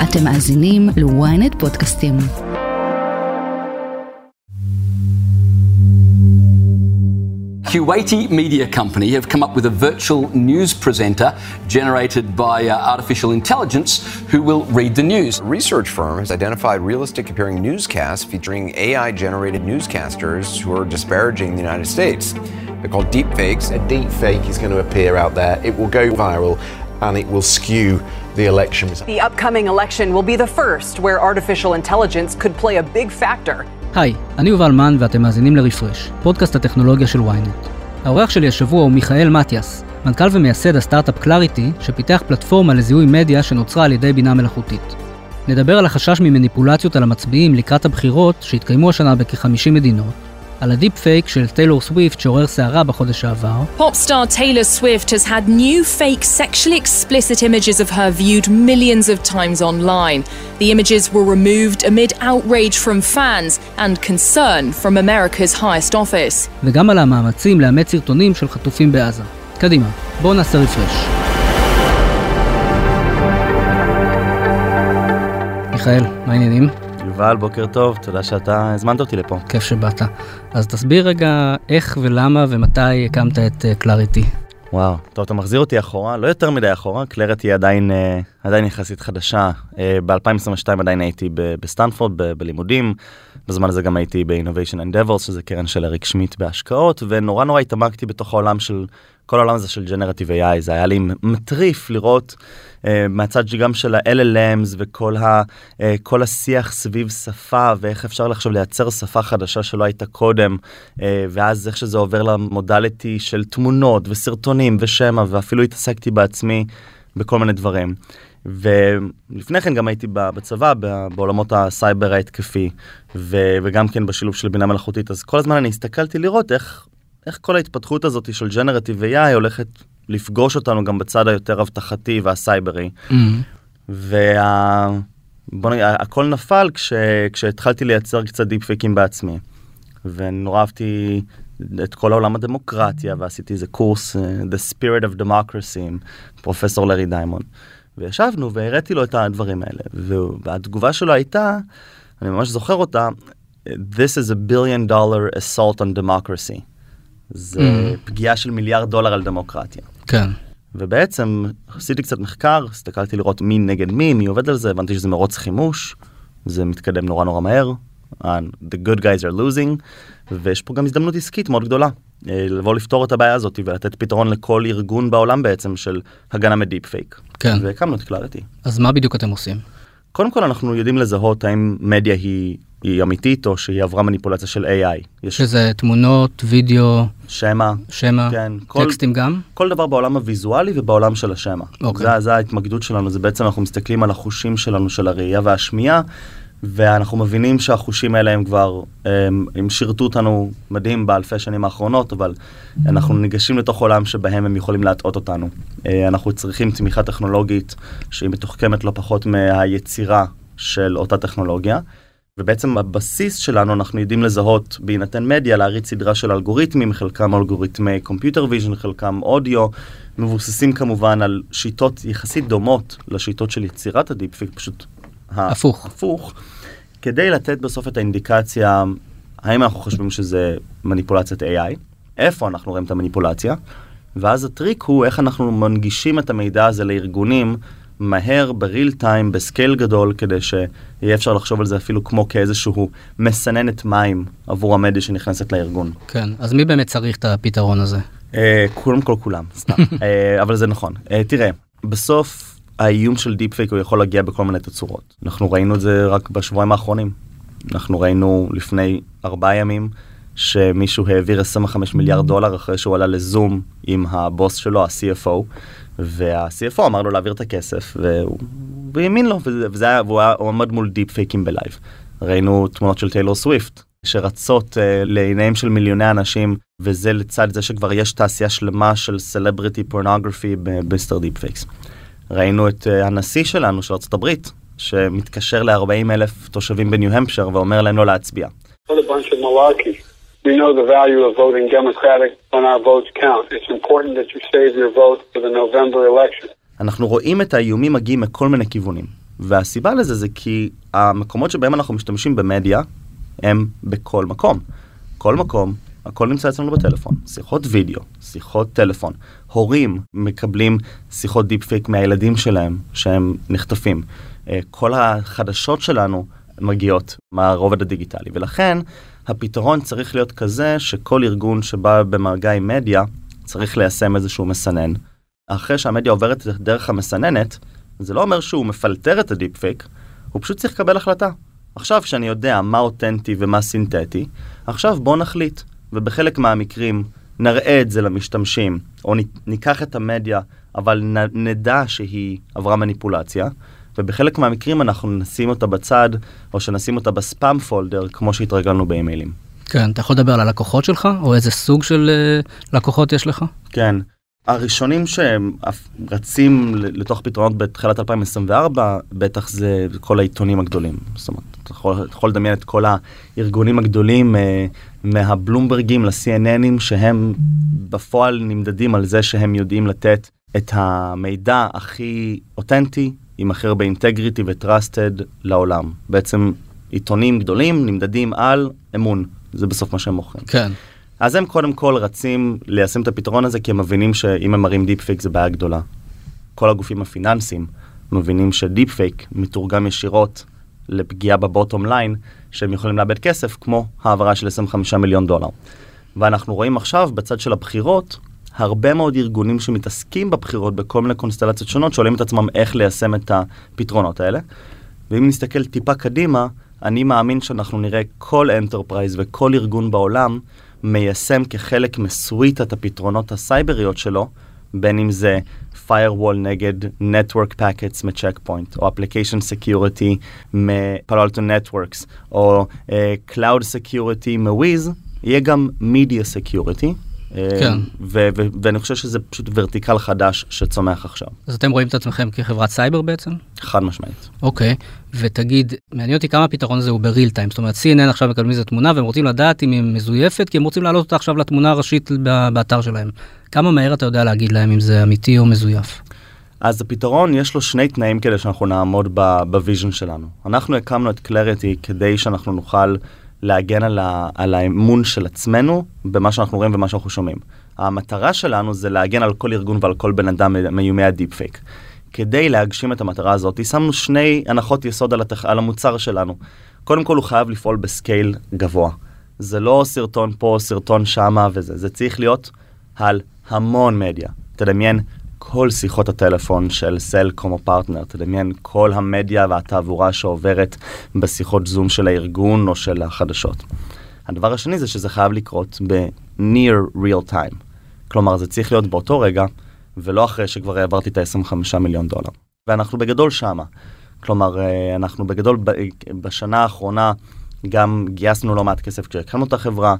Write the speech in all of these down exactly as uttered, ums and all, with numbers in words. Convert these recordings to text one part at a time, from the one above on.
אתם מאזינים ל-ynet פודקאסטים. Kuwaiti media company have come up with a virtual news presenter generated by uh, artificial intelligence who will read the news. A research firm has identified realistic appearing newscasts featuring A I-generated newscasters who are disparaging the United States. They're called deepfakes. A deepfake is going to appear out there. It will go viral and it will skew the elections. The upcoming election will be the first where artificial intelligence could play a big factor. היי, אני יובל מן ואתם מאזינים לרפרש, פודקאסט הטכנולוגיה של ynet. האורח שלי השבוע הוא מיכאל מתיאס, מנכ"ל ומייסד הסטארט-אפ קלאריטי, שפיתח פלטפורמה לזיהוי מדיה שנוצרה על ידי בינה מלאכותית. נדבר על החשש ממניפולציות על המצביעים לקראת הבחירות שהתקיימו השנה בכ-חמישים מדינות, על הדיפ פייק של טיילור סוויפט שעורר סערה בחודש העבר. Pop star Taylor Swift has had new fake sexually explicit images of her viewed millions of times online. The images were removed amid outrage from fans and concern from America's highest office. וגם על המאמצים לאמץ סרטונים של חטופים בעזה. קדימה, בואו נעשה רפרש. מיכאל, מה העניינים? יובל, בוקר טוב, תודה שאתה הזמנת אותי לפה. כיף שבאת. אז תסביר רגע איך ולמה ומתי הקמת את קלאריטי. וואו, טוב, אתה מחזיר אותי אחורה, לא יותר מדי אחורה, קלאריטי עדיין, עדיין יחסית חדשה. ב-אלפיים עשרים ושתיים עדיין הייתי בסטנפורד, בלימודים, בזמן הזה גם הייתי ב-Innovation Endeavors, שזה קרן של אריק שמיט בהשקעות, ונורא נורא התעמקתי בתוך העולם של, כל העולם הזה של Generative איי איי, זה היה לי מטריף לראות uh, מהצד גם של ה-אל אל אמס וכל ה, uh, כל השיח סביב שפה, ואיך אפשר לחשוב לייצר שפה חדשה שלא הייתה קודם, uh, ואז איך שזה עובר למודליטי של תמונות וסרטונים ושמה, ואפילו התעסקתי בעצמי בכל מיני דברים. ולפני כן גם הייתי בצבא, בעולמות הסייבר ההתקפי, ו- וגם כן בשילוב של בינה מלאכותית, אז כל הזמן אני הסתכלתי לראות איך איך כל ההתפתחות הזאת של Generative איי איי הולכת לפגוש אותנו גם בצד היותר הבטחתי והסייברי. Mm-hmm. וה... בוא נגיד, הכל נפל כש... כשהתחלתי לייצר קצת דיפ-פייקים בעצמי. ונורא אהבתי את כל העולם הדמוקרטיה, ועשיתי איזה קורס, The Spirit of Democracy, עם פרופסור לארי דיימון. וישבנו והראיתי לו את הדברים האלה. והתגובה שלו הייתה, אני ממש זוכר אותה, This is a billion dollar assault on democracy. זה mm. פגיעה של מיליארד דולר על דמוקרטיה. כן. ובעצם עשיתי קצת מחקר, הסתכלתי לראות מי נגד מי, מי עובד על זה, הבנתי שזה מרוץ חימוש, זה מתקדם נורא נורא מהר, the good guys are losing, ויש פה גם הזדמנות עסקית מאוד גדולה, לבוא לפתור את הבעיה הזאת ולתת פתרון לכל ארגון בעולם בעצם של הגנה מדיפ פייק. כן. והקמנו את קלאריטי. אז מה בדיוק אתם עושים? קודם כל אנחנו יודעים לזהות האם מדיה היא היא אמיתית או שהיא עברה מניפולציה של איי איי. יש... שזה תמונות, וידאו, שמה, שמה, כן, טקסטים כל, גם? כל דבר בעולם הוויזואלי ובעולם של השמה. אוקיי. זה, זה ההתמקדות שלנו, זה בעצם אנחנו מסתכלים על החושים שלנו של הראייה והשמיעה, ואנחנו מבינים שהחושים האלה הם כבר, הם, הם שירתו אותנו מדהים באלפי שנים האחרונות, אבל אנחנו ניגשים לתוך עולם שבהם הם יכולים להטעות אותנו. אנחנו צריכים תמיכה טכנולוגית שהיא מתוחכמת לא פחות מהיצירה של אותה טכנולוגיה, ובעצם בבסיס שלנו אנחנו יודעים לזהות בהינתן מדיה, להריץ סדרה של אלגוריתמים, חלקם אלגוריתמי קומפיוטר ויז'ן, חלקם אודיו, מבוססים כמובן על שיטות יחסית דומות לשיטות של יצירת הדיפ-פייק, פשוט הפוך. הפוך, כדי לתת בסוף את האינדיקציה, האם אנחנו חושבים שזה מניפולציית איי איי, איפה אנחנו רואים את המניפולציה, ואז הטריק הוא איך אנחנו מנגישים את המידע הזה לארגונים, מהר, בריל טיים, בסקייל גדול, כדי שיהיה אפשר לחשוב על זה אפילו כמו כאיזשהו מסננת מים עבור המדיה שנכנסת לארגון. כן, אז מי באמת צריך את הפתרון הזה? כולם כל כולם, סתם. אבל זה נכון. תראה, בסוף האיום של דיפ פייק הוא יכול להגיע בכל מיני תצורות. אנחנו ראינו את זה רק בשבועיים האחרונים. אנחנו ראינו לפני ארבעה ימים שמישהו העביר עשרים וחמישה מיליארד דולר אחרי שהוא עלה לזום עם הבוס שלו, ה-סי אף או, וה-סי אף או אמר לו להעביר את הכסף, והוא האמין לו, וזה היה, והוא עמד מול דיפ פייקים בלייב. ראינו תמונות של טיילור סוויפט, שרצות uh, לעיניהם של מיליוני אנשים, וזה לצד זה שכבר יש תעשייה שלמה של סלבריטי פורנוגרפי בסטר דיפ פייקס. ראינו את uh, הנשיא שלנו, של ארצות הברית, שמתקשר ל-ארבעים אלף תושבים בניו המפשר, ואומר להם לא להצביע. What a bunch of malarkey. We know the value of voting Democratic when our votes count. It's important that you save your vote for the November election. אנחנו רואים את האיומים מגיעים מכל מיני כיוונים. והסיבה לזה זה כי המקומות שבהם אנחנו משתמשים במדיה, הם בכל מקום. כל מקום, הכל נמצא אצלנו בטלפון. שיחות וידאו, שיחות טלפון. הורים מקבלים שיחות דיפ פייק מהילדים שלהם, שהם נחטפים. כל החדשות שלנו מגיעות מהרובד הדיגיטלי, ולכן הפתרון צריך להיות כזה שכל ארגון שבא במגע עם מדיה צריך ליישם איזשהו מסנן. אחרי שהמדיה עוברת דרך המסננת, זה לא אומר שהוא מפלטר את הדיפ פייק, הוא פשוט צריך לקבל החלטה. עכשיו שאני יודע מה אותנטי ומה סינתטי, עכשיו בוא נחליט, ובחלק מהמקרים נראה את זה למשתמשים, או ניקח את המדיה, אבל נדע שהיא עברה מניפולציה, ובחלק מהמקרים אנחנו נשים אותה בצד, או שנשים אותה בספאם פולדר, כמו שהתרגלנו באימיילים. כן, אתה יכול לדבר על הלקוחות שלך, או איזה סוג של uh, לקוחות יש לך? כן. הראשונים שרצים לתוך פתרונות בתחילת אלפיים עשרים וארבע, בטח זה כל העיתונים הגדולים. זאת אומרת, אתה יכול, אתה יכול לדמיין את כל הארגונים הגדולים, מהבלומברגים ל-סי אן אנים, שהם בפועל נמדדים על זה שהם יודעים לתת את המידע הכי אותנטי, עם הכי הרבה אינטגריטי וטרסטד לעולם. בעצם עיתונים גדולים נמדדים על אמון. זה בסוף מה שהם מוכרים. כן. אז הם קודם כל רצים ליישם את הפתרון הזה, כי הם מבינים שאם הם מראים דיפ פייק זה בעיה גדולה. כל הגופים הפיננסיים מבינים שדיפ פייק מתורגם ישירות לפגיעה בבוטום ליין, שהם יכולים לאבד כסף, כמו העברה של עשרים וחמישה מיליון דולר. ואנחנו רואים עכשיו, בצד של הבחירות, הרבה מאוד ארגונים שמתעסקים בבחירות בכל מיני קונסטלציות שונות, שואלים את עצמם איך ליישם את הפתרונות האלה. ואם נסתכל טיפה קדימה, אני מאמין שאנחנו נראה כל אנטרפרייז וכל ארגון בעולם מיישם כחלק מסוויט את הפתרונות הסייבריות שלו, בין אם זה firewall נגד network packets מ-Checkpoint, או application security מ-Palo Alto Networks, או uh, cloud security מ-Wiz, יהיה גם media security. כן. ו- ו- ואני חושב שזה פשוט ורטיקל חדש שצומח עכשיו. אז אתם רואים את עצמכם כחברת סייבר בעצם? חד משמעית. אוקיי, ותגיד, מעניין אותי כמה הפתרון הזה הוא בריל טיים, זאת אומרת, סי אן אן עכשיו מקבלים איזה תמונה, והם רוצים לדעת אם היא מזויפת, כי הם רוצים להעלות אותה עכשיו לתמונה הראשית באתר שלהם. כמה מהר אתה יודע להגיד להם אם זה אמיתי או מזויף? אז הפתרון, יש לו שני תנאים כדי שאנחנו נעמוד בוויז'ן שלנו. אנחנו הקמנו את קלריטי כדי שאנחנו נוכל להגן על, ה, על האמון של עצמנו במה שאנחנו רואים ומה שאנחנו שומעים. המטרה שלנו זה להגן על כל ארגון ועל כל בן אדם מאיומי הדיפ פייק. כדי להגשים את המטרה הזאת, שמנו שני הנחות יסוד על, התח... על המוצר שלנו. קודם כל הוא חייב לפעול בסקייל גבוה. זה לא סרטון פה, סרטון שמה וזה. זה צריך להיות על המון מדיה. תדמיין כל שיחות הטלפון של סלקום או פרטנר, תדמיין כל המדיה והתעבורה שעוברת בשיחות זום של הארגון או של החדשות. הדבר השני זה שזה חייב לקרות ב-near real time. כלומר, זה צריך להיות באותו רגע, ולא אחרי שכבר העברתי את ה-עשרים וחמישה מיליון דולר. ואנחנו בגדול שמה. כלומר, אנחנו בגדול בשנה האחרונה גם גייסנו לא מעט כסף כשהקמנו את החברה,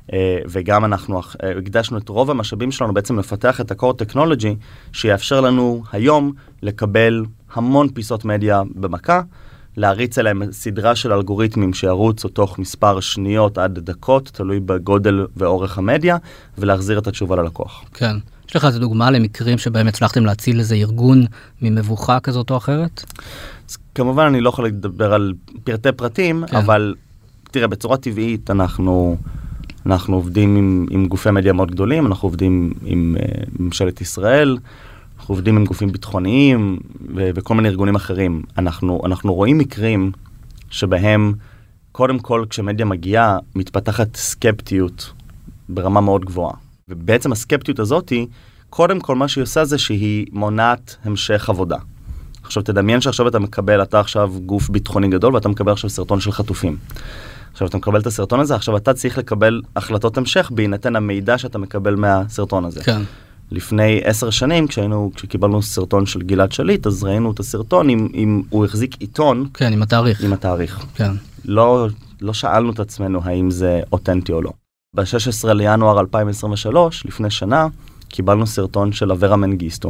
וגם אנחנו הקדשנו את רוב המשאבים שלנו בעצם לפתח את הקור טכנולוגי, שיאפשר לנו היום לקבל המון פיסות מדיה במכה, להריץ אליהם סדרה של אלגוריתמים שירוצו תוך מספר שניות עד דקות, תלוי בגודל ואורך המדיה, ולהחזיר את התשובה ללקוח. כן. יש לך איזו דוגמה למקרים שבהם הצלחתם להציל איזה ארגון ממבוכה כזאת או אחרת? אז כמובן אני לא יכול לדבר על פרטי פרטים, כן. אבל תראה, בצורה טבעית אנחנו, אנחנו עובדים עם, עם גופי מדיה מאוד גדולים, אנחנו עובדים עם uh, ממשלת ישראל, אנחנו עובדים עם גופים ביטחוניים ו- וכל מיני ארגונים אחרים. אנחנו, אנחנו רואים מקרים שבהם, קודם כל, כשמדיה מגיעה, מתפתחת סקפטיות ברמה מאוד גבוהה. ובעצם הסקפטיות הזאת היא, קודם כל מה שהיא עושה זה שהיא מונעת המשך עבודה. עכשיו תדמיין שעכשיו אתה מקבל, אתה עכשיו גוף ביטחוני גדול, ואתה מקבל עכשיו סרטון של חטופים. עכשיו אתה מקבל את הסרטון הזה, עכשיו אתה צריך לקבל החלטות המשך, בהינתן המידע שאתה מקבל מהסרטון הזה. כן. לפני עשר שנים, כשהיינו, כשקיבלנו סרטון של גלעד שליט, אז ראינו את הסרטון, אם, אם הוא החזיק עיתון. כן, עם התאריך. עם התאריך. כן. לא, לא שאלנו את עצמנו האם זה אותנטי או לא. ב-שישה עשר לינואר אלפיים עשרים ושלוש, לפני שנה, קיבלנו סרטון של אברה מנגיסטו,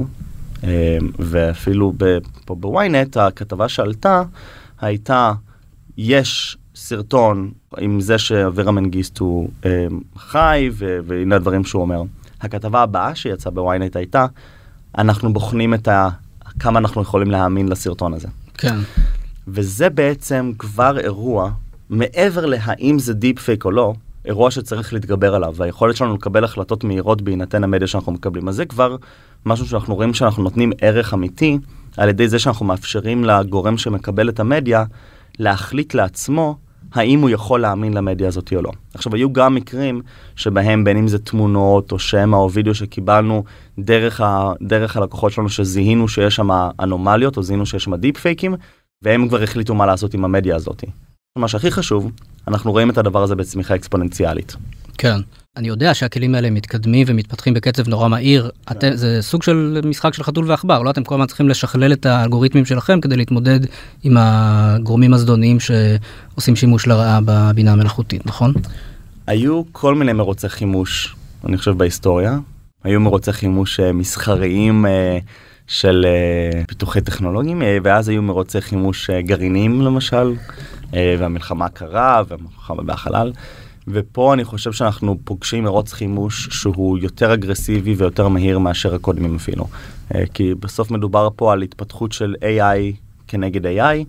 ואפילו פה בוויינט, הכתבה שעלתה, הייתה, יש סרטון עם זה שאברה מנגיסטו חי, והנה הדברים שהוא אומר. הכתבה הבאה שיצאה בוויינט הייתה, אנחנו בוחנים את ה... כמה אנחנו יכולים להאמין לסרטון הזה. כן. וזה בעצם כבר אירוע, מעבר להאם זה דיפ פייק או לא, אירוע שצריך להתגבר עליו, והיכולת שלנו לקבל החלטות מהירות בהינתן המדיה שאנחנו מקבלים. אז זה כבר משהו שאנחנו רואים שאנחנו נותנים ערך אמיתי, על ידי זה שאנחנו מאפשרים לגורם שמקבל את המדיה, להחליט לעצמו האם הוא יכול להאמין למדיה הזאת או לא. עכשיו, היו גם מקרים שבהם בין אם זה תמונות או שמע או וידאו שקיבלנו דרך, ה, דרך הלקוחות שלנו שזיהינו שיש שם אנומליות או זיהינו שיש שם דיפ פייקים, והם כבר החליטו מה לעשות עם המדיה הזאת. מה שהכי חשוב, אנחנו רואים את הדבר הזה בצמיחה אקספוננציאלית. כן. אני יודע שהכלים האלה מתקדמים ומתפתחים בקצב נורא מהיר. את, זה סוג של משחק של חתול ועכבר, לא? אתם כל הזמן צריכים לשכלל את האלגוריתמים שלכם כדי להתמודד עם הגורמים הזדוניים שעושים שימוש לרעה בבינה המלאכותית, נכון? היו כל מיני מרוצי חימוש, אני חושב, בהיסטוריה. היו מרוצי חימוש מסחריים של פיתוחי טכנולוגיים, ואז היו מרוצי חימוש גרעיניים למשל, והמלחמה הקרה והמלחמה בחלל. ופה אני חושב שאנחנו פוגשים מרוץ חימוש שהוא יותר אגרסיבי ויותר מהיר מאשר הקודמים אפילו. כי בסוף מדובר פה על התפתחות של איי איי כנגד איי איי.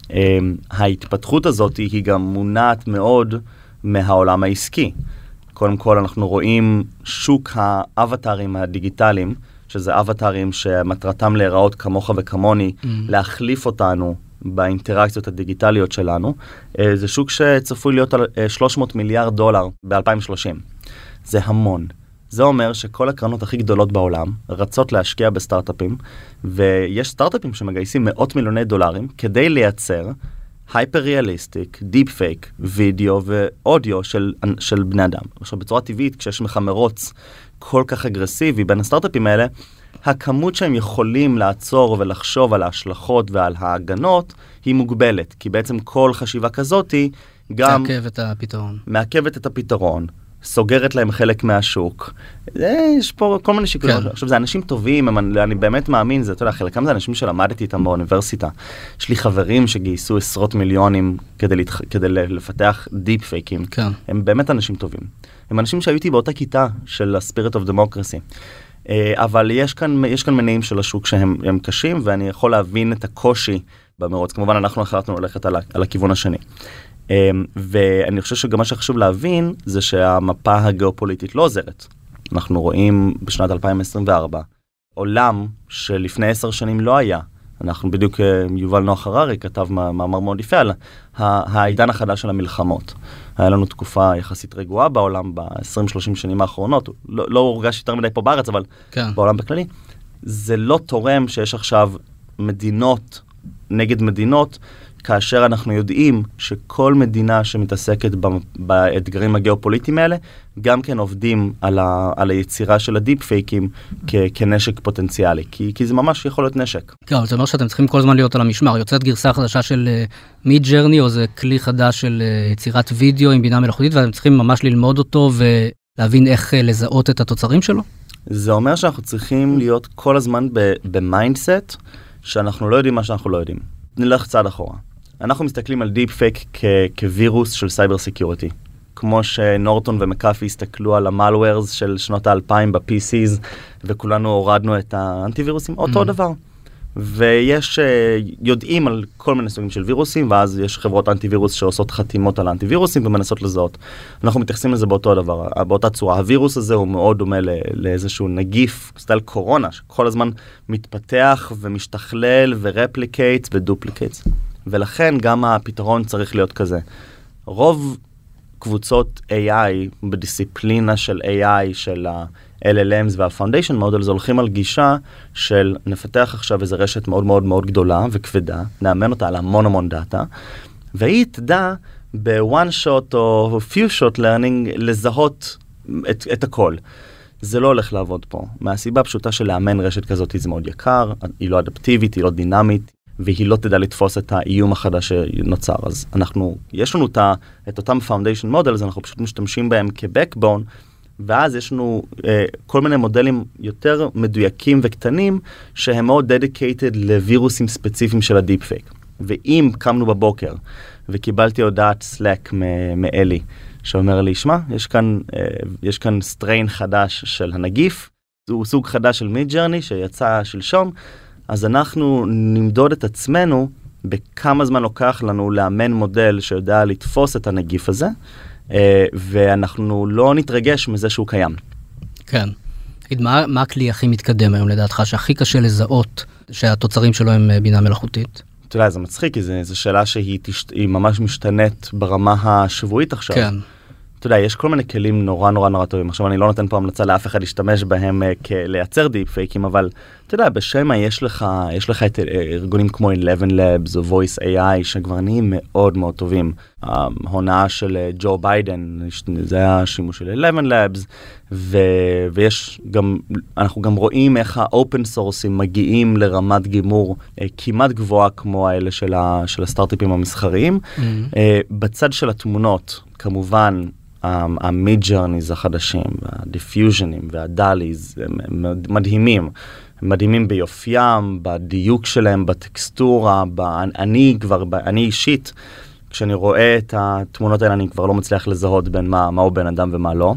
ההתפתחות הזאת היא גם מונעת מאוד מהעולם העסקי. קודם כל אנחנו רואים שוק האבטרים הדיגיטליים, שזה אבטרים שמטרתם להיראות כמוך וכמוני, mm. להחליף אותנו באינטראקציות הדיגיטליות שלנו. זה שוק שצפוי להיות על שלוש מאות מיליארד דולר ב-אלפיים ושלושים. זה המון. זה אומר שכל הקרנות הכי גדולות בעולם רצות להשקיע בסטארט-אפים, ויש סטארט-אפים שמגייסים מאות מיליוני דולרים כדי לייצר הייפר-ריאליסטיק, דיפ פייק, וידאו ואודיו של, של בני אדם. עכשיו, בצורה טבעית, כשיש לך מרוץ כל כך אגרסיבי בין הסטארט-אפים האלה, הכמות שהם יכולים לעצור ולחשוב על ההשלכות ועל ההגנות היא מוגבלת, כי בעצם כל חשיבה כזאת היא גם מעכבת את הפתרון. מעכבת את הפתרון, סוגרת להם חלק מהשוק. יש פה כל מיני שיקולים. כן. עכשיו, זה אנשים טובים, אני, אני באמת מאמין, זה, אתה יודע, חלקם זה אנשים שלמדתי איתם באוניברסיטה. יש לי חברים שגייסו עשרות מיליונים כדי, לתח... כדי לפתח דיפ פייקים. כן. הם באמת אנשים טובים. הם אנשים שהייתי באותה כיתה של ה-Spirit of Democracy. אבל יש כאן, יש כאן מניעים של השוק שהם הם קשים, ואני יכול להבין את הקושי במרוץ. כמובן, אנחנו החלטנו ללכת על, על הכיוון השני. ואני חושב שגם מה שחשוב להבין, זה שהמפה הגיאופוליטית לא עוזרת. אנחנו רואים בשנת אלפיים עשרים וארבע, עולם שלפני עשר שנים לא היה. אנחנו בדיוק, יובל נוח הררי כתב מאמר מאוד יפה על העידן החדש של המלחמות. היה לנו תקופה יחסית רגועה בעולם ב-עשרים שלושים שנים האחרונות, לא, לא הורגש יותר מדי פה בארץ, אבל כן. בעולם בכללי. זה לא תורם שיש עכשיו מדינות נגד מדינות, כאשר אנחנו יודעים שכל מדינה שמתעסקת באתגרים הגיאופוליטיים האלה, גם כן עובדים על, ה, על היצירה של הדיפ פייקים כ, כנשק פוטנציאלי, כי, כי זה ממש יכול להיות נשק. כן, אבל זה אומר שאתם צריכים כל הזמן להיות על המשמר. יוצאת גרסה חדשה של מיד ג'רני, או זה כלי חדש של יצירת וידאו עם בינה מלאכותית, ואתם צריכים ממש ללמוד אותו ולהבין איך לזהות את התוצרים שלו? זה אומר שאנחנו צריכים להיות כל הזמן במיינדסט, שאנחנו לא יודעים מה שאנחנו לא יודעים. נלך צעד אחורה. אנחנו מסתכלים על דיפ פייק כ- כווירוס של סייבר סקיוריטי. כמו שנורטון ומקאפי הסתכלו על המלוורס של שנות האלפיים ב-פי סיז, וכולנו הורדנו את האנטיווירוסים, אותו דבר. ויש, יודעים על כל מיני סוגים של וירוסים, ואז יש חברות אנטיווירוס שעושות חתימות על האנטיווירוסים ומנסות לזהות. אנחנו מתייחסים לזה באותו דבר, באותה צורה. הווירוס הזה הוא מאוד דומה לאיזשהו נגיף, סטייל קורונה, שכל הזמן מתפתח ומשתכלל ורפליקייטס ודופליקייטס. ולכן גם הפתרון צריך להיות כזה. רוב קבוצות איי איי בדיסציפלינה של איי איי, של ה-אל אל אמס וה-Foundation Models, הולכים על גישה של נפתח עכשיו איזו רשת מאוד מאוד מאוד גדולה וכבדה, נאמן אותה על המון המון דאטה, והיא תדע ב-one shot או few shot learning לזהות את, את הכל. זה לא הולך לעבוד פה. מהסיבה הפשוטה של לאמן רשת כזאת זה מאוד יקר, היא לא אדפטיבית, היא לא דינמית, והיא לא תדע לתפוס את האיום החדש שנוצר. אז אנחנו, יש לנו את, את אותם Foundation Models, אנחנו פשוט משתמשים בהם כ-Backbone, ואז יש לנו אה, כל מיני מודלים יותר מדויקים וקטנים, שהם מאוד dedicated לווירוסים ספציפיים של הדיפ פייק. ואם קמנו בבוקר, וקיבלתי הודעת Slack מאלי, שאומר לי, שמע, יש כאן, אה, יש כאן סטריין חדש של הנגיף, הוא סוג חדש של מיד ג'רני שיצא שלשום, אז אנחנו נמדוד את עצמנו בכמה זמן לוקח לנו לאמן מודל שיודע לתפוס את הנגיף הזה, ואנחנו לא נתרגש מזה שהוא קיים. כן. מה, מה הכלי הכי מתקדם היום לדעתך, שהכי קשה לזהות שהתוצרים שלו הם בינה מלאכותית? אתה יודע, זה מצחיק, כי זו שאלה שהיא תשת, ממש משתנית ברמה השבועית עכשיו. כן. אתה יודע, יש כל מיני כלים נורא נורא נורא טובים. עכשיו, אני לא נותן פה המלצה לאף אחד להשתמש בהם כלייצר דיפ פייקים, אבל אתה יודע, בשמה יש לך, יש לך את ארגונים כמו eleven labs או voice איי איי, שכבר נהיים מאוד מאוד טובים. ההונאה של ג'ו ביידן, זה היה השימוש של eleven labs, ו, ויש גם, אנחנו גם רואים איך האופן סורסים מגיעים לרמת גימור כמעט גבוהה כמו האלה של, ה, של הסטארט-אפים המסחריים. Mm-hmm. בצד של התמונות, כמובן, המיד-ג'רניז החדשים, והדיפיוז'נים והדאליז, הם מדהימים. הם מדהימים ביופיים, בדיוק שלהם, בטקסטורה, אני כבר, אני אישית, כשאני רואה את התמונות האלה, אני כבר לא מצליח לזהות בין מה, מהו בן אדם ומה לא.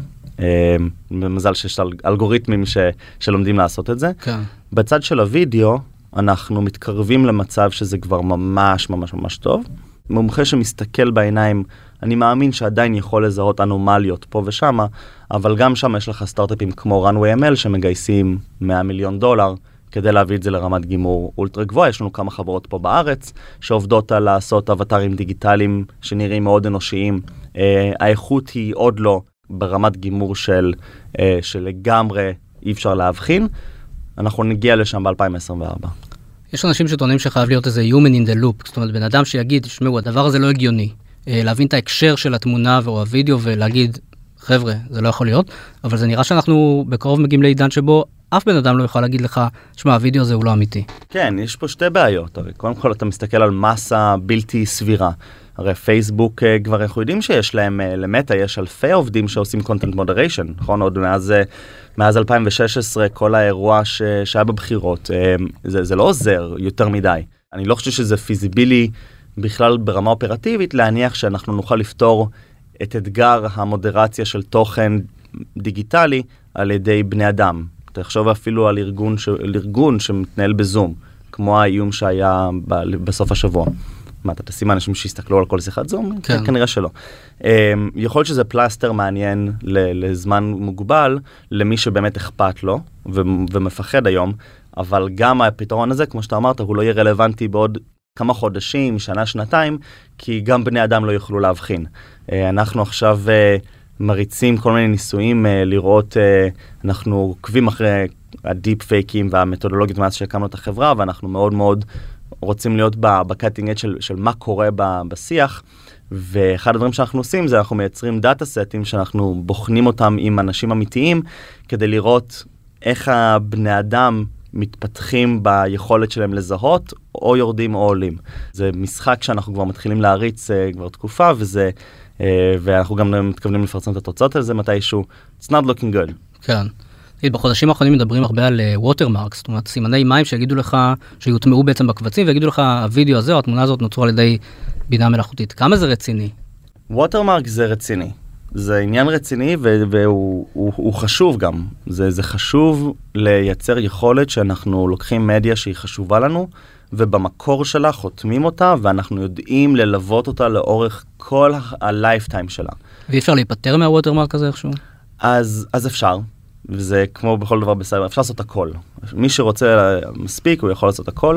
במזל שיש אלגוריתמים ש, שלומדים לעשות את זה. כן. בצד של הוידאו, אנחנו מתקרבים למצב שזה כבר ממש ממש ממש טוב. מומחה שמסתכל בעיניים, אני מאמין שעדיין יכול לזהות אנומליות פה ושמה, אבל גם שם יש לך סטארט-אפים כמו runway אם אל שמגייסים מאה מיליון דולר כדי להביא את זה לרמת גימור אולטרה גבוהה. יש לנו כמה חברות פה בארץ שעובדות על לעשות אבטרים דיגיטליים שנראים מאוד אנושיים. אה, האיכות היא עוד לא ברמת גימור של, אה, שלגמרי אי אפשר להבחין. אנחנו נגיע לשם ב-אלפיים עשרים וארבע. יש אנשים שטוענים שחייב להיות איזה human in the loop, זאת אומרת, בן אדם שיגיד, שמעו, הדבר הזה לא הגיוני. להבין את ההקשר של התמונה או הוידאו ולהגיד, חבר'ה, זה לא יכול להיות, אבל זה נראה שאנחנו בקרוב מגיעים לעידן שבו אף בן אדם לא יכול להגיד לך, שמע, הוידאו הזה הוא לא אמיתי. כן, יש פה שתי בעיות. הרי קודם כל אתה מסתכל על מסה בלתי סבירה. הרי פייסבוק כבר אנחנו יודעים שיש להם, למטה יש אלפי עובדים שעושים content moderation, נכון? עוד מאז, מאז אלפיים ושש עשרה כל האירוע ש, שהיה בבחירות, זה, זה לא עוזר יותר מדי. אני לא חושב שזה פיזיבילי בכלל ברמה אופרטיבית להניח שאנחנו נוכל לפתור את אתגר המודרציה של תוכן דיגיטלי על ידי בני אדם. תחשוב אפילו על ארגון, ש... על ארגון שמתנהל בזום, כמו האיום שהיה ב... בסוף השבוע. מה, אתה תשים אנשים שיסתכלו על כל שיחת זום? כן. כנראה שלא. יכול להיות שזה פלסטר מעניין לזמן מוגבל, למי שבאמת אכפת לו ו... ומפחד היום, אבל גם הפתרון הזה, כמו שאתה אמרת, הוא לא יהיה רלוונטי בעוד כמה חודשים, שנה, שנתיים, כי גם בני אדם לא יוכלו להבחין. אנחנו עכשיו מריצים כל מיני ניסויים לראות, אנחנו עוקבים אחרי הדיפ פייקים והמתודולוגיות מאז שהקמנו את החברה, ואנחנו מאוד מאוד רוצים להיות בקאטינג אדג' של, של מה קורה בשיח, ואחד הדברים שאנחנו עושים זה אנחנו מייצרים דאטה סטים שאנחנו בוחנים אותם עם אנשים אמיתיים, כדי לראות איך הבני אדם מתפתחים ביכולת שלהם לזהות, או יורדים או עולים. זה משחק שאנחנו כבר מתחילים להריץ uh, כבר תקופה, וזה, uh, ואנחנו גם מתכוונים לפרסם את התוצאות על זה מתישהו. It's not looking good. כן. בחודשים האחרונים מדברים הרבה על ווטרמרקס, זאת אומרת, סימני מים שיגידו לך, שיוטמעו בעצם בקבצים, ויגידו לך, הוידאו הזה או התמונה הזאת נוצרו על ידי בינה מלאכותית. כמה זה רציני? ווטרמרק זה רציני. זה עניין רציני והוא הוא, הוא חשוב גם. זה, זה חשוב לייצר יכולת שאנחנו לוקחים מדיה שהיא חשובה לנו, ובמקור שלה חותמים אותה, ואנחנו יודעים ללוות אותה לאורך כל ה-lifetime שלה. ואי אפשר להיפטר מהווטרמרק הזה איכשהו? אז, אז אפשר. וזה כמו בכל דבר בסייבר, אפשר לעשות הכל. מי שרוצה מספיק, הוא יכול לעשות הכל.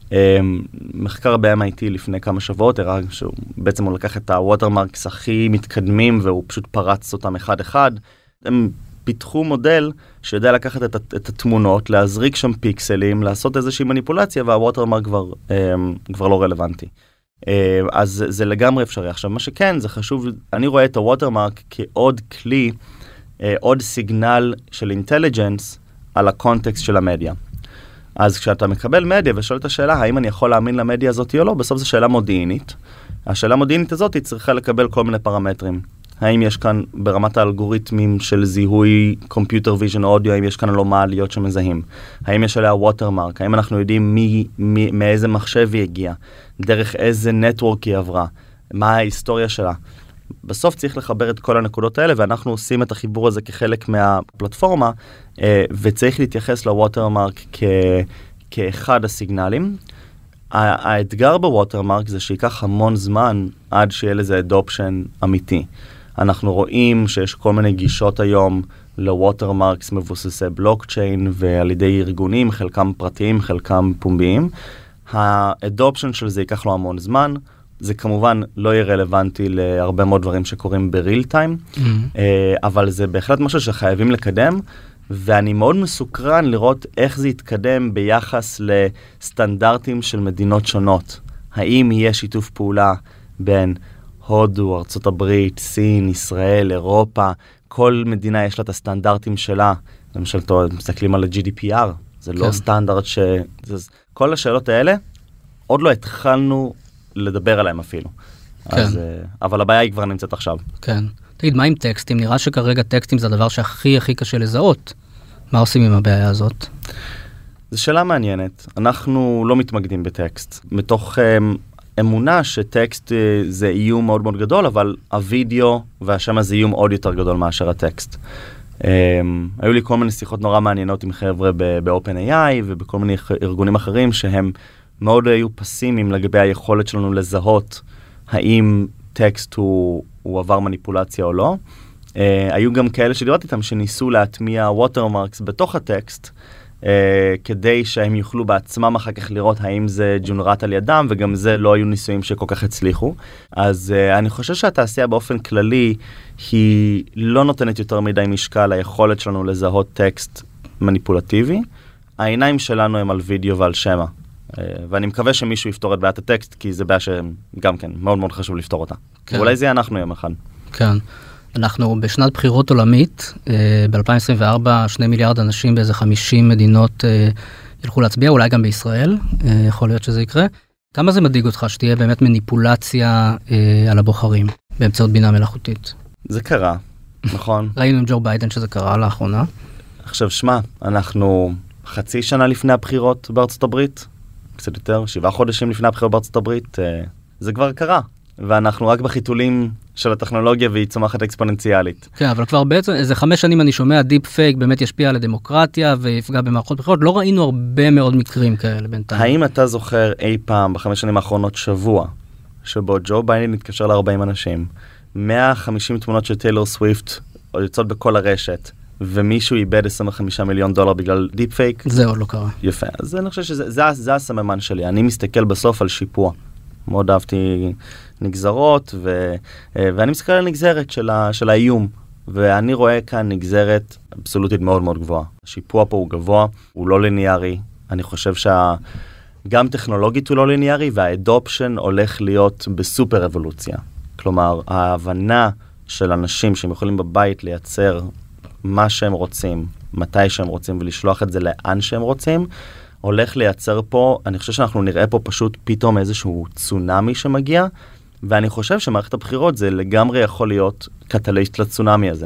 מחקר ב-אם איי טי לפני כמה שבועות, הראה שבעצם הוא לקח את הווטרמרקס הכי מתקדמים, והוא פשוט פרץ אותם אחד-אחד. הם פיתחו מודל שיודע לקחת את, את התמונות, להזריק שם פיקסלים, לעשות איזושהי מניפולציה, והווטרמרק כבר, כבר לא רלוונטי. אז זה לגמרי אפשרי. עכשיו, מה שכן, זה חשוב, אני רואה את הווטרמרק כעוד כלי, עוד סיגנל של אינטליג'נס על הקונטקסט של המדיה. אז כשאתה מקבל מדיה ושואל את השאלה, האם אני יכול להאמין למדיה הזאת או לא, בסוף זו שאלה מודיעינית. השאלה המודיעינית הזאת היא צריכה לקבל כל מיני פרמטרים. האם יש כאן ברמת האלגוריתמים של זיהוי Computer Vision Audio, האם יש כאן אנומליות שמזהים? האם יש עליה ווטרמרק? האם אנחנו יודעים מי, מי, מאיזה מחשב היא הגיעה? דרך איזה נטוורק היא עברה? מה ההיסטוריה שלה? בסוף צריך לחבר את כל הנקודות האלה, ואנחנו עושים את החיבור הזה כחלק מהפלטפורמה, וצריך להתייחס לווטרמרק כ... כאחד הסיגנלים. האתגר בווטרמרק זה שיקח המון זמן עד שיהיה לזה אדופשן אמיתי. אנחנו רואים שיש כל מיני גישות היום לווטרמרקס מבוססי בלוקצ'יין ועל ידי ארגונים, חלקם פרטיים, חלקם פומביים. האדופשן של זה ייקח לו המון זמן. זה כמובן לא יהיה רלוונטי להרבה מאוד דברים שקורים בריל טיים, mm-hmm. אבל זה בהחלט משהו שחייבים לקדם, ואני מאוד מסוקרן לראות איך זה יתקדם ביחס לסטנדרטים של מדינות שונות. האם יהיה שיתוף פעולה בין הודו, ארצות הברית, סין, ישראל, אירופה, כל מדינה יש לה את הסטנדרטים שלה. למשל, מסתכלים על ה-ג'י די פי אר, זה לא סטנדרט ש... כל השאלות האלה, עוד לא התחלנו לדבר עליהם אפילו. כן. אז, אבל הבעיה היא כבר נמצאת עכשיו. כן. תגיד, מה עם טקסטים? נראה שכרגע טקסטים זה הדבר שהכי הכי קשה לזהות. מה עושים עם הבעיה הזאת? זו שאלה מעניינת. אנחנו לא מתמקדים בטקסט. מתוך um, אמונה שטקסט uh, זה איום מאוד מאוד גדול, אבל הווידאו והשם זה איום עוד יותר גדול מאשר הטקסט. Um, היו לי כל מיני שיחות נורא מעניינות עם חבר'ה ב-Open איי איי ובכל מיני ארגונים אחרים שהם מאוד היו פסימיים לגבי היכולת שלנו לזהות האם טקסט הוא, הוא עבר מניפולציה או לא. Uh, היו גם כאלה שדיברתי איתם שניסו להטמיע ווטרמרקס בתוך הטקסט, uh, כדי שהם יוכלו בעצמם אחר כך לראות האם זה ג'ונרט על ידם, וגם זה לא היו ניסויים שכל כך הצליחו. אז uh, אני חושב שהתעשייה באופן כללי היא לא נותנת יותר מדי משקל ליכולת שלנו לזהות טקסט מניפולטיבי. העיניים שלנו הם על וידאו ועל שמה. ואני מקווה שמישהו יפתור את בעיית הטקסט, כי זה בעיה שגם כן מאוד מאוד חשוב לפתור אותה. כן. ואולי זה אנחנו יום אחד. כן. אנחנו בשנת בחירות עולמית, ב-אלפיים עשרים וארבע, שני מיליארד אנשים באיזה חמישים מדינות ילכו להצביע, אולי גם בישראל, יכול להיות שזה יקרה. כמה זה מדאיג אותך שתהיה באמת מניפולציה על הבוחרים באמצעות בינה מלאכותית? זה קרה, נכון. ראינו עם ג'ו ביידן שזה קרה לאחרונה. עכשיו, שמה, אנחנו חצי שנה לפני הבחירות בארצות הברית, קצת יותר, שבעה חודשים לפני הבחירות בארצות הברית, זה כבר קרה. ואנחנו רק בחיתולים של הטכנולוגיה והיא צומחת אקספוננציאלית. כן, אבל כבר בעצם איזה חמש שנים אני שומע דיפ פייק באמת ישפיע על הדמוקרטיה ויפגע במערכות בחירות. לא ראינו הרבה מאוד מקרים כאלה בינתיים. האם אתה זוכר אי פעם בחמש שנים האחרונות שבוע שבו ג'ו ביידן התקשר ל-ארבעים אנשים, מאה וחמישים תמונות של טיילור סוויפט יוצאות בכל הרשת, ומישהו איבד עשרים וחמישה מיליון דולר בגלל דיפ פייק? זה עוד לא קרה. יפה. אז אני חושב שזה זה, זה הסממן שלי. אני מסתכל בסוף על שיפוע. מאוד אהבתי נגזרות, ו, ואני מסתכל על נגזרת של, ה, של האיום. ואני רואה כאן נגזרת אבסולוטית מאוד מאוד גבוהה. השיפוע פה הוא גבוה, הוא לא ליניארי. אני חושב שגם טכנולוגית הוא לא ליניארי, והאדופשן הולך להיות בסופר אבולוציה. כלומר, ההבנה של אנשים שהם יכולים בבית לייצר מה שהם רוצים, מתי שהם רוצים, ולשלוח את זה לאן שהם רוצים, הולך לייצר פה, אני חושב שאנחנו נראה פה פשוט פתאום איזשהו צונמי שמגיע, ואני חושב שמערכת הבחירות זה לגמרי יכול להיות קטליסט לצונמי הזה.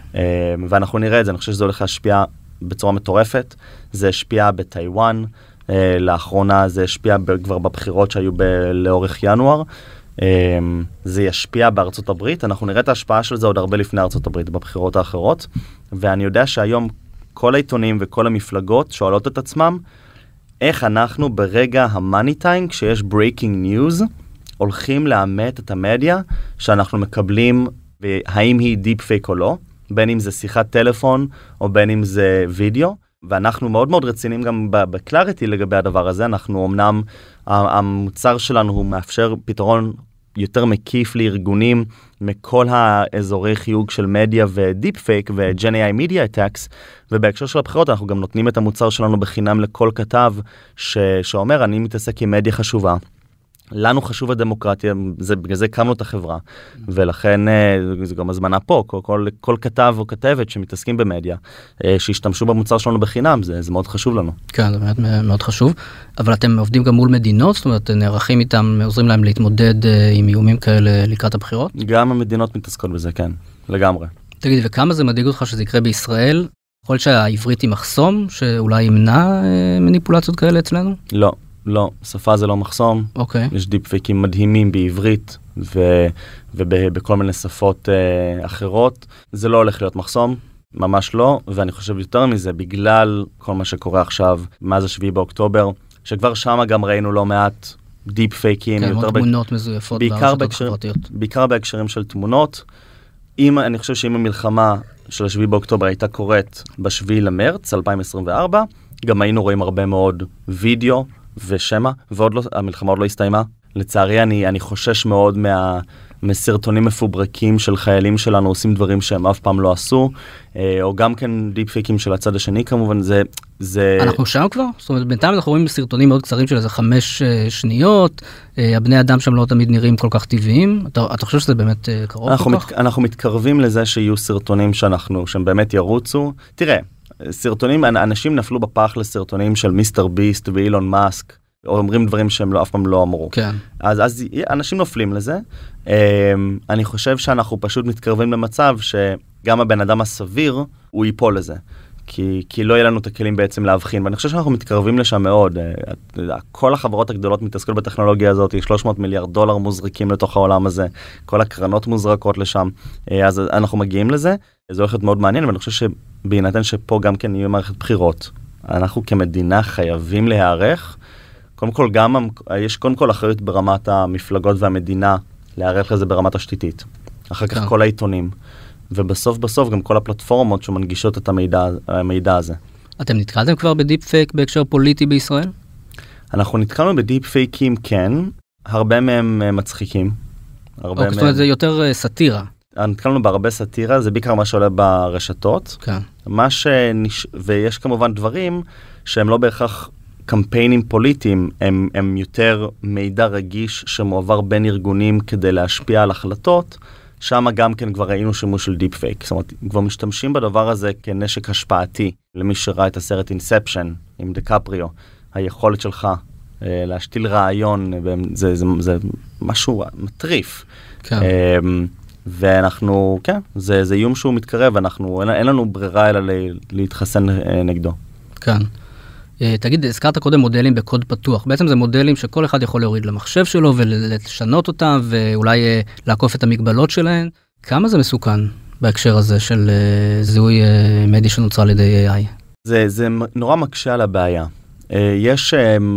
ואנחנו נראה את זה, אני חושב שזה הולך להשפיע בצורה מטורפת, זה השפיע בטיואן, לאחרונה זה השפיע כבר בבחירות שהיו ב- לאורך ינואר, זה ישפיע בארצות הברית, אנחנו נראה את ההשפעה של זה עוד הרבה לפני ארצות הברית בבחירות האחרות, ואני יודע שהיום כל העיתונים וכל המפלגות שואלות את עצמם, איך אנחנו ברגע המאני טיים, כשיש ברייקינג ניוז, הולכים לאמת את המדיה שאנחנו מקבלים, והאם היא דיפ פייק או לא, בין אם זה שיחת טלפון או בין אם זה וידאו, ואנחנו מאוד מאוד רציניים גם בקלאריטי לגבי הדבר הזה, אנחנו אמנם, המוצר שלנו הוא מאפשר פתרון יותר מקיף לארגונים מכל האזורי חיוג של מדיה ודיפ פייק וג'ן איי איי מדיה אטאקס, ובהקשר של הבחירות אנחנו גם נותנים את המוצר שלנו בחינם לכל כתב ש... שאומר, אני מתעסק עם מדיה חשובה. לנו חשוב הדמוקרטיה, זה, בגלל זה קמנו את החברה, ולכן זה גם הזמנה פה, כל, כל, כל כתב או כתבת שמתעסקים במדיה, שישתמשו במוצר שלנו בחינם, זה, זה מאוד חשוב לנו. כן, זה מאוד, מאוד חשוב, אבל אתם עובדים גם מול מדינות, זאת אומרת, נערכים איתם, עוזרים להם להתמודד עם איומים כאלה לקראת הבחירות? גם המדינות מתעסקות בזה, כן, לגמרי. תגיד, וכמה זה מדאיג אותך שזה יקרה בישראל? יכול להיות שהעברית היא מחסום, שאולי ימנע מניפולציות כאלה אצלנו? לא. לא, שפה זה לא מחסום. אוקיי. יש דיפ פייקים מדהימים בעברית ו- ובכל מיני שפות uh, אחרות. זה לא הולך להיות מחסום, ממש לא, ואני חושב יותר מזה, בגלל כל מה שקורה עכשיו, מאז השביעי באוקטובר, שכבר שם גם ראינו לא מעט דיפ פייקים. כן, עוד תמונות מזויפות ברשתות החברתיות. בעיקר בהקשרים של תמונות. אם, אני חושב שאם המלחמה של השביעי באוקטובר הייתה קורית בשביעי למרץ אלפיים עשרים וארבע, גם היינו רואים הרבה מאוד וידאו ושמה, ועוד לא, המלחמה עוד לא הסתיימה. לצערי, אני, אני חושש מאוד מה, מסרטונים מפוברקים של חיילים שלנו עושים דברים שהם אף פעם לא עשו, או גם כן דיפ פייקים של הצד השני, כמובן, זה... זה... אנחנו שם כבר? זאת אומרת, בינתיים אנחנו רואים סרטונים מאוד קצרים של איזה חמש שניות, הבני אדם שם לא תמיד נראים כל כך טבעיים, אתה, אתה חושב שזה באמת קרוב אנחנו כל מת, כך? אנחנו מתקרבים לזה שיהיו סרטונים שאנחנו, שהם באמת ירוצו. תראה, סרטונים, אנשים נפלו בפח לסרטונים של מיסטר ביסט ואילון מאסק, או אומרים דברים שהם לא, אף פעם לא אמרו. כן. אז, אז אנשים נופלים לזה. אני חושב שאנחנו פשוט מתקרבים למצב שגם הבן אדם הסביר, הוא ייפול לזה. כי, כי לא יהיה לנו את הכלים בעצם להבחין. ואני חושב שאנחנו מתקרבים לשם מאוד. כל החברות הגדולות מתעסקות בטכנולוגיה הזאת, שלוש מאות מיליארד דולר מוזרקים לתוך העולם הזה, כל הקרנות מוזרקות לשם. אז אנחנו מגיעים לזה. זה הולך להיות מאוד מעניין, ואני חושב שבהינתן שפה גם כן יהיה מערכת בחירות. אנחנו כמדינה חייבים להיערך. קודם כל, גם, יש קודם כל אחריות ברמת המפלגות והמדינה להיערך לזה ברמת השתיתית. אחר כך כל העיתונים. ובסוף בסוף גם כל הפלטפורמות שמנגישות את המידע, המידע הזה. אתם נתקלתם כבר בדיפ פייק בהקשר פוליטי בישראל? אנחנו נתקלנו בדיפ פייקים, כן. הרבה מהם מצחיקים. הרבה מהם... זאת אומרת, זה יותר סאטירה. נתקלנו בהרבה סאטירה, זה בעיקר מה שעולה ברשתות. כן. מה שנש... ויש כמובן דברים שהם לא בהכרח קמפיינים פוליטיים, הם, הם יותר מידע רגיש שמועבר בין ארגונים כדי להשפיע על החלטות, שם גם כן כבר ראינו שימוש של דיפ פייק. זאת אומרת, כבר משתמשים בדבר הזה כנשק השפעתי. למי שראה את הסרט אינספשן עם דקפריו, היכולת שלך אה, להשתיל רעיון, זה, זה, זה משהו מטריף. כן. אה, ואנחנו, כן, זה, זה איום שהוא מתקרב, אנחנו, אין, אין לנו ברירה אלא להתחסן אה, נגדו. כן. תגיד, הזכרת קודם מודלים בקוד פתוח. בעצם זה מודלים שכל אחד יכול להוריד למחשב שלו ולשנות אותם, ואולי לעקוף את המגבלות שלהם. כמה זה מסוכן בהקשר הזה של זיהוי מדיה שנוצרה על ידי איי איי? זה, זה נורא מקשה על הבעיה. יש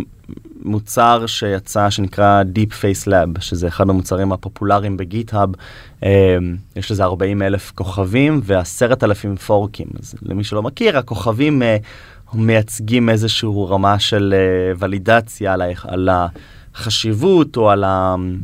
מוצר שיצא שנקרא Deep Face Lab, שזה אחד המוצרים הפופולריים בגיט-האב. יש לזה ארבעים אלף כוכבים ועשרת אלפים פורקים. אז למי שלא מכיר, הכוכבים מייצגים איזשהו רמה של uh, ולידציה על, על החשיבות או על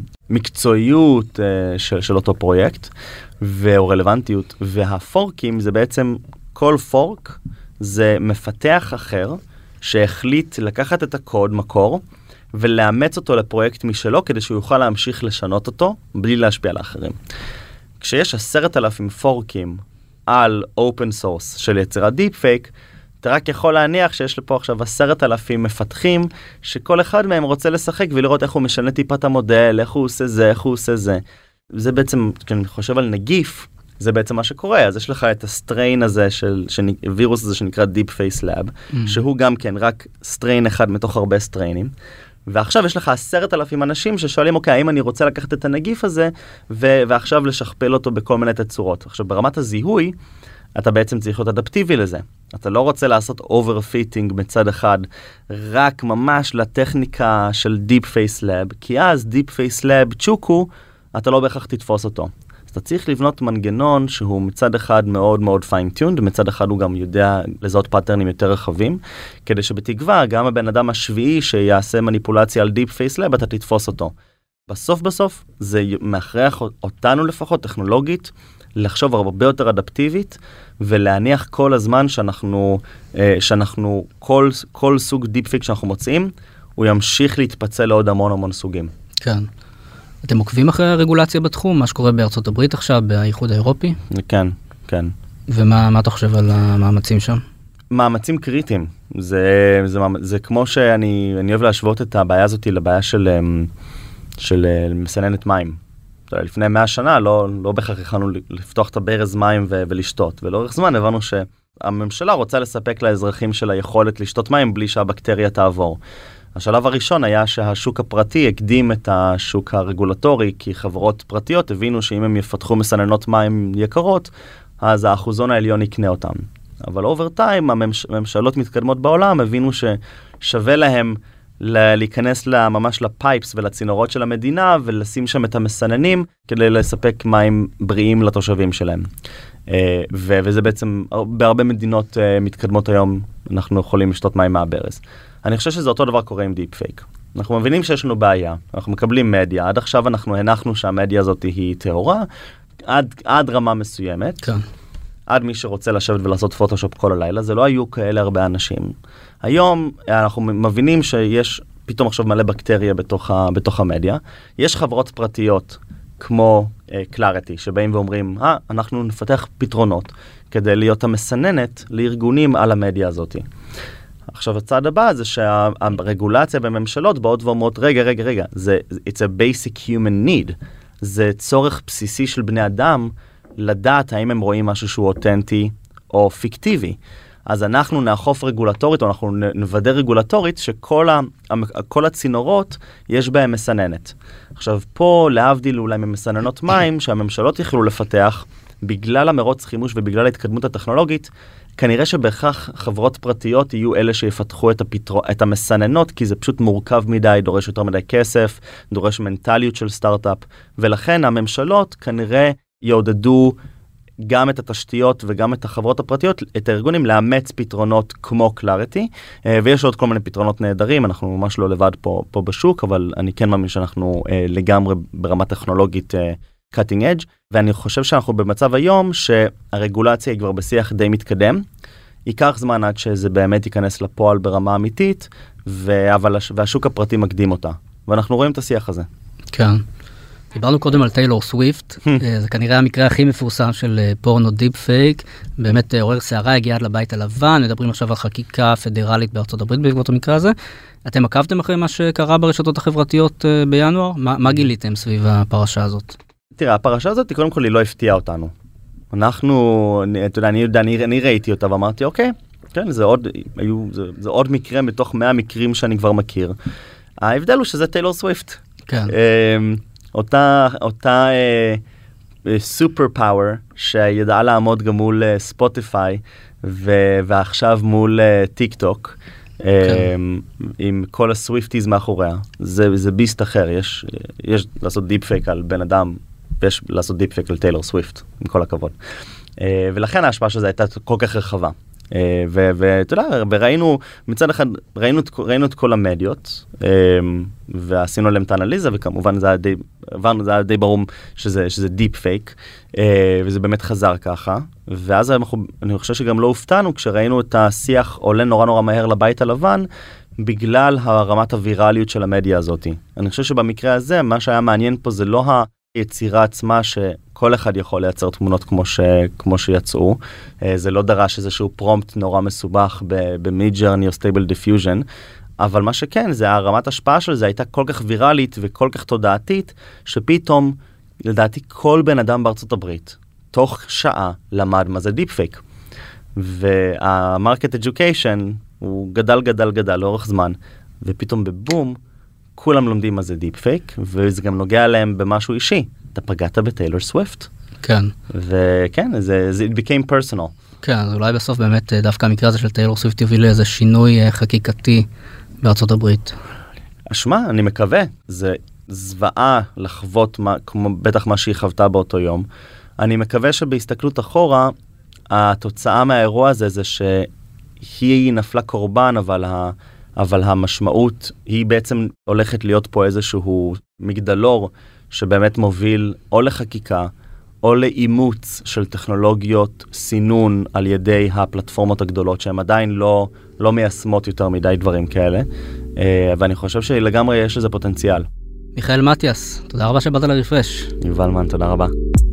המקצועיות uh, של, של אותו פרויקט או רלוונטיות. והפורקים זה בעצם, כל פורק זה מפתח אחר שהחליט לקחת את הקוד מקור ולאמץ אותו לפרויקט משלו כדי שהוא יוכל להמשיך לשנות אותו בלי להשפיע על האחרים. כשיש עשרת אלפים פורקים על אופן סורס של יצירת דיפ פייק, אתה רק יכול להניח שיש לפה עכשיו עשרת אלפים מפתחים, שכל אחד מהם רוצה לשחק ולראות איך הוא משנה טיפה את המודל, איך הוא עושה זה, איך הוא עושה זה. זה בעצם, כשאני חושב על נגיף, זה בעצם מה שקורה. אז יש לך את הסטריין הזה, של, של, וירוס הזה שנקרא Deep Face Lab, mm. שהוא גם כן רק סטריין אחד מתוך הרבה סטריינים. ועכשיו יש לך עשרת אלפים אנשים ששואלים, אוקיי, האם אני רוצה לקחת את הנגיף הזה, ו- ועכשיו לשכפל אותו בכל מיני תצורות. עכשיו, ברמת הזיהוי, אתה בעצם צריך להיות אדפטיבי לזה. אתה לא רוצה לעשות overfitting מצד אחד, רק ממש לטכניקה של Deep Face Lab, כי אז Deep Face Lab צ'וקו, אתה לא בהכרח תתפוס אותו. אז אתה צריך לבנות מנגנון שהוא מצד אחד מאוד מאוד fine-tuned, ומצד אחד הוא גם יודע לזהות פאטרנים יותר רחבים, כדי שבתקווה גם הבן אדם השביעי שיעשה מניפולציה על Deep Face Lab, אתה תתפוס אותו. בסוף בסוף, זה מאחריח אותנו לפחות, טכנולוגית, לחשוב הרבה יותר אדפטיבית, ולהניח כל הזמן שאנחנו, שאנחנו כל, כל סוג דיפ פיק שאנחנו מוצאים, הוא ימשיך להתפצל לעוד המון המון סוגים. כן. אתם עוקבים אחרי הרגולציה בתחום? מה שקורה בארצות הברית עכשיו, באיחוד האירופי? כן, כן. ומה מה אתה חושב על המאמצים שם? מאמצים קריטיים. זה, זה, זה כמו שאני אני אוהב להשוות את הבעיה הזאת לבעיה של, של מסננת מים. לפני מאה שנה לא, לא בכך יכולנו לפתוח את הברז מים ו- ולשתות, ולאורך זמן הבנו שהממשלה רוצה לספק לאזרחים של היכולת לשתות מים בלי שהבקטריה תעבור. השלב הראשון היה שהשוק הפרטי הקדים את השוק הרגולטורי, כי חברות פרטיות הבינו שאם הם יפתחו מסננות מים יקרות, אז האחוזון העליון יקנה אותם. אבל אובר טיים, הממשלות מתקדמות בעולם הבינו ששווה להם להיכנס ממש לפייפס ולצינורות של המדינה, ולשים שם את המסננים, כדי לספק מים בריאים לתושבים שלהם. וזה בעצם, בהרבה מדינות מתקדמות היום, אנחנו יכולים לשתות מים מהברז. אני חושב שזה אותו דבר קורה עם דיפ פייק. אנחנו מבינים שיש לנו בעיה, אנחנו מקבלים מדיה, עד עכשיו אנחנו הנחנו שהמדיה הזאת היא טהורה, עד, עד רמה מסוימת. כן. עד מי שרוצה לשבת ולעשות פוטושופ כל הלילה, זה לא היו כאלה הרבה אנשים. היום אנחנו מבינים שיש פתאום עכשיו מלא בקטריה בתוך, ה, בתוך המדיה. יש חברות פרטיות כמו קלאריטי, uh, שבאים ואומרים, אה, אנחנו נפתח פתרונות כדי להיות המסננת לארגונים על המדיה הזאת. עכשיו הצעד הבא זה שהרגולציה בממשלות באות ואומרות, רגע, רגע, רגע, זה, it's a basic human need. זה צורך בסיסי של בני אדם לדעת האם הם רואים משהו שהוא אותנטי או פיקטיבי. אז אנחנו נאכוף רגולטורית, או אנחנו נוודא רגולטורית, שכל ה, כל הצינורות יש בהם מסננת. עכשיו, פה להבדיל אולי ממסננות מים, שהממשלות יכלו לפתח, בגלל המרוץ חימוש ובגלל ההתקדמות הטכנולוגית, כנראה שבהכרח חברות פרטיות יהיו אלה שיפתחו את, הפתרו, את המסננות, כי זה פשוט מורכב מדי, דורש יותר מדי כסף, דורש מנטליות של סטארט-אפ, ולכן הממשלות כנראה יעודדו גם את התשתיות וגם את החברות הפרטיות, את הארגונים לאמץ פתרונות כמו קלאריטי, ויש עוד כל מיני פתרונות נהדרים, אנחנו ממש לא לבד פה, פה בשוק, אבל אני כן מאמין שאנחנו לגמרי ברמה טכנולוגית cutting edge, ואני חושב שאנחנו במצב היום שהרגולציה היא כבר בשיח די מתקדם, ייקח זמן עד שזה באמת ייכנס לפועל ברמה אמיתית, אבל והשוק הפרטי מקדים אותה, ואנחנו רואים את השיח הזה. כן. דיברנו קודם על טיילור סוויפט, זה כנראה המקרה הכי מפורסם של פורנו דיפ פייק, באמת עורר שערה, הגיע עד לבית הלבן, מדברים עכשיו על חקיקה פדרלית בארצות הברית בעקבות המקרה הזה. אתם עקבתם אחרי מה שקרה ברשתות החברתיות בינואר? מה, מה גיליתם סביב הפרשה הזאת? תראה, הפרשה הזאת קודם כל היא לא הפתיעה אותנו. אנחנו, אתה יודע, אני, אני, אני ראיתי אותה ואמרתי, אוקיי, כן, זה עוד, היו, זה, זה עוד מקרה מתוך מאה מקרים שאני כבר מכיר. ההבדל הוא שזה טיילור סוויפט. כן. אותה, אותה סופר uh, פאוור שידעה לעמוד גם מול ספוטיפיי ו- ועכשיו מול טיק טוק okay. um, עם כל הסוויפטיז מאחוריה. זה, זה ביסט אחר. יש, יש לעשות דיפ פייק על בן אדם, ויש לעשות דיפ פייק על טיילור סוויפט, עם כל הכבוד. Uh, ולכן ההשפעה של זה הייתה כל כך רחבה. ואתה יודע, וראינו, מצד אחד, ראינו, ראינו את כל המדיות, ועשינו להם את האנליזה, וכמובן זה היה די, עברנו, זה היה די ברור שזה, שזה דיפ פייק, וזה באמת חזר ככה, ואז אנחנו, אני חושב שגם לא הופתענו, כשראינו את השיח עולה נורא נורא מהר לבית הלבן, בגלל הרמת הווירליות של המדיה הזאת. אני חושב שבמקרה הזה, מה שהיה מעניין פה זה לא ה... יצירה עצמה שכל אחד יכול לייצר תמונות כמו, ש, כמו שיצאו. זה לא דרש איזשהו פרומפט נורא מסובך ב-Midjourney או Stable Diffusion, אבל מה שכן, זה הרמת השפעה של זה הייתה כל כך ויראלית וכל כך תודעתית, שפתאום, לדעתי, כל בן אדם בארצות הברית, תוך שעה, למד מה זה דיפ פייק. וה-Market Education הוא גדל, גדל, גדל לאורך זמן, ופתאום בבום, כולם לומדים מה זה דיפ פייק, וזה גם נוגע להם במשהו אישי. אתה פגעת בטיילור סוויפט. כן. וכן, זה, זה it became personal. כן, אז אולי בסוף באמת דווקא המקרה הזה של טיילור סוויפט יוביל לאיזה שינוי חקיקתי בארצות הברית. אשמה, אני מקווה. זה זוועה לחוות, מה, כמו בטח מה שהיא חוותה באותו יום. אני מקווה שבהסתכלות אחורה, התוצאה מהאירוע הזה זה שהיא נפלה קורבן, אבל ה... אבל המשמעות היא בעצם הולכת להיות פה איזשהו מגדלור שבאמת מוביל או לחקיקה או לאימוץ של טכנולוגיות סינון על ידי הפלטפורמות הגדולות שהן עדיין לא, לא מיישמות יותר מדי דברים כאלה. ואני חושב שלגמרי יש לזה פוטנציאל. מיכאל מתיאס, תודה רבה שבאת לרפרש. יובל מן, תודה רבה.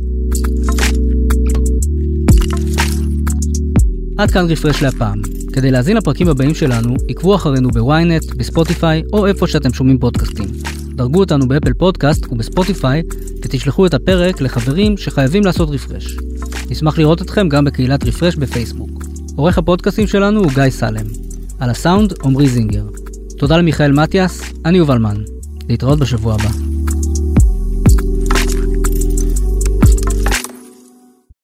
עד כאן רפרש להפעם. כדי להזין לפרקים הבאים שלנו, עקבו אחרינו בוויינט, בספוטיפיי או איפה שאתם שומעים פודקאסטים. דרגו אותנו באפל פודקאסט ובספוטיפיי ותשלחו את הפרק לחברים שחייבים לעשות רפרש. נשמח לראות אתכם גם בקהילת רפרש בפייסבוק. עורך הפודקאסטים שלנו הוא גיא סלם. על הסאונד, עומרי זינגר. תודה למיכאל מתיאס, אני יובל מן. להתראות בשבוע הבא.